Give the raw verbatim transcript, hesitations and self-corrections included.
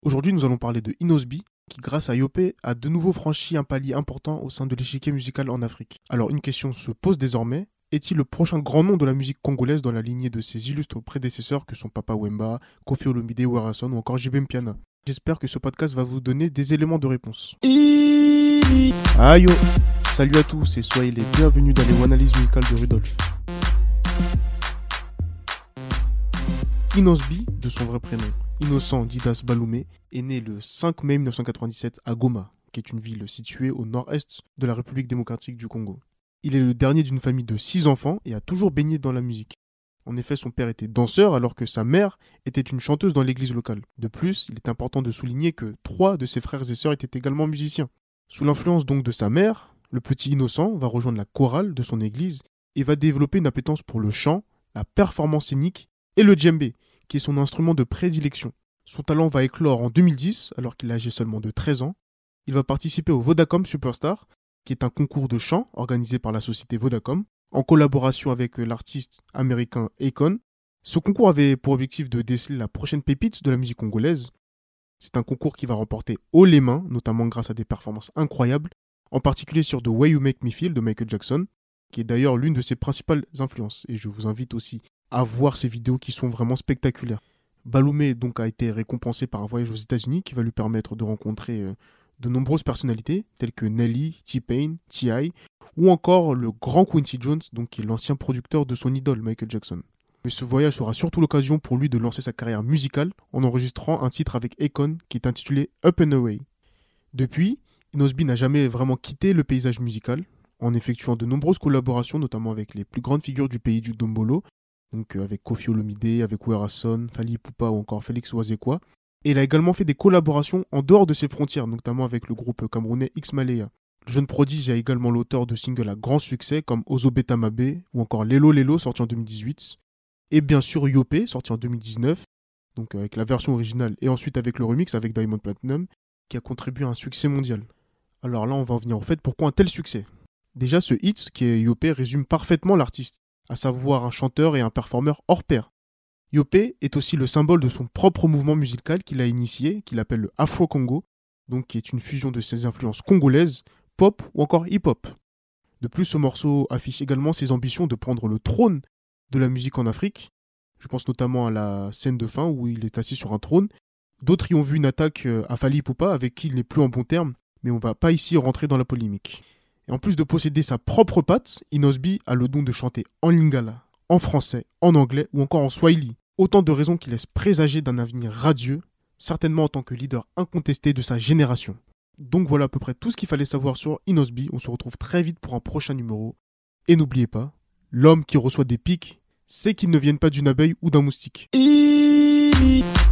Aujourd'hui, nous allons parler de Inosby, qui grâce à Yopé a de nouveau franchi un palier important au sein de l'échiquier musical en Afrique. Alors une question se pose désormais, est-il le prochain grand nom de la musique congolaise dans la lignée de ses illustres prédécesseurs que sont Papa Wemba, Koffi Olomide, Werason ou encore J B Mpiana? J'espère que ce podcast va vous donner des éléments de réponse. Aïe yo. Salut à tous et soyez les bienvenus dans les analyses musicales de Rudolf. Inosby, de son vrai prénom, Innocent Didas Baloumé, est né le cinq mai mille neuf cent quatre-vingt-dix-sept à Goma, qui est une ville située au nord-est de la République démocratique du Congo. Il est le dernier d'une famille de six enfants et a toujours baigné dans la musique. En effet, son père était danseur alors que sa mère était une chanteuse dans l'église locale. De plus, il est important de souligner que trois de ses frères et sœurs étaient également musiciens. Sous l'influence donc de sa mère, le petit Innocent va rejoindre la chorale de son église et va développer une appétence pour le chant, la performance scénique et le djembé, qui est son instrument de prédilection. Son talent va éclore en deux mille dix, alors qu'il est âgé seulement de treize ans. Il va participer au Vodacom Superstar, qui est un concours de chant organisé par la société Vodacom, en collaboration avec l'artiste américain Akon. Ce concours avait pour objectif de déceler la prochaine pépite de la musique congolaise. C'est un concours qui va remporter haut les mains, notamment grâce à des performances incroyables, en particulier sur The Way You Make Me Feel de Michael Jackson, qui est d'ailleurs l'une de ses principales influences. Et je vous invite aussi à voir ces vidéos qui sont vraiment spectaculaires. Baloumé donc a été récompensé par un voyage aux États-Unis qui va lui permettre de rencontrer euh, de nombreuses personnalités telles que Nelly, T-Pain, T I ou encore le grand Quincy Jones, donc qui est l'ancien producteur de son idole Michael Jackson. Mais ce voyage sera surtout l'occasion pour lui de lancer sa carrière musicale en enregistrant un titre avec Akon qui est intitulé Up and Away. Depuis, Inosby n'a jamais vraiment quitté le paysage musical en effectuant de nombreuses collaborations, notamment avec les plus grandes figures du pays du Dombolo, donc avec Koffi Olomide, avec Werason, Fally Ipupa ou encore Félix Ouazekwa. Et il a également fait des collaborations en dehors de ses frontières, notamment avec le groupe camerounais X-Malaya. Le jeune prodige est également l'auteur de singles à grand succès comme Ozo Betamabe ou encore Lelo Lelo sorti en deux mille dix-huit. Et bien sûr Yopé sorti en deux mille dix-neuf, donc avec la version originale et ensuite avec le remix avec Diamond Platnumz qui a contribué à un succès mondial. Alors là on va en venir au fait, pourquoi un tel succès? Déjà ce hit qui est Yopé résume parfaitement l'artiste, à savoir un chanteur et un performeur hors pair. Yopé est aussi le symbole de son propre mouvement musical qu'il a initié, qu'il appelle le Afro-Congo, donc qui est une fusion de ses influences congolaises, pop ou encore hip-hop. De plus, ce morceau affiche également ses ambitions de prendre le trône de la musique en Afrique. Je pense notamment à la scène de fin où il est assis sur un trône. D'autres y ont vu une attaque à Fally Ipupa avec qui il n'est plus en bon terme, mais on ne va pas ici rentrer dans la polémique. Et en plus de posséder sa propre patte, Inosby a le don de chanter en lingala, en français, en anglais ou encore en swahili. Autant de raisons qui laissent présager d'un avenir radieux, certainement en tant que leader incontesté de sa génération. Donc voilà à peu près tout ce qu'il fallait savoir sur Inosby. On se retrouve très vite pour un prochain numéro. Et n'oubliez pas, l'homme qui reçoit des pics, c'est qu'ils ne viennent pas d'une abeille ou d'un moustique.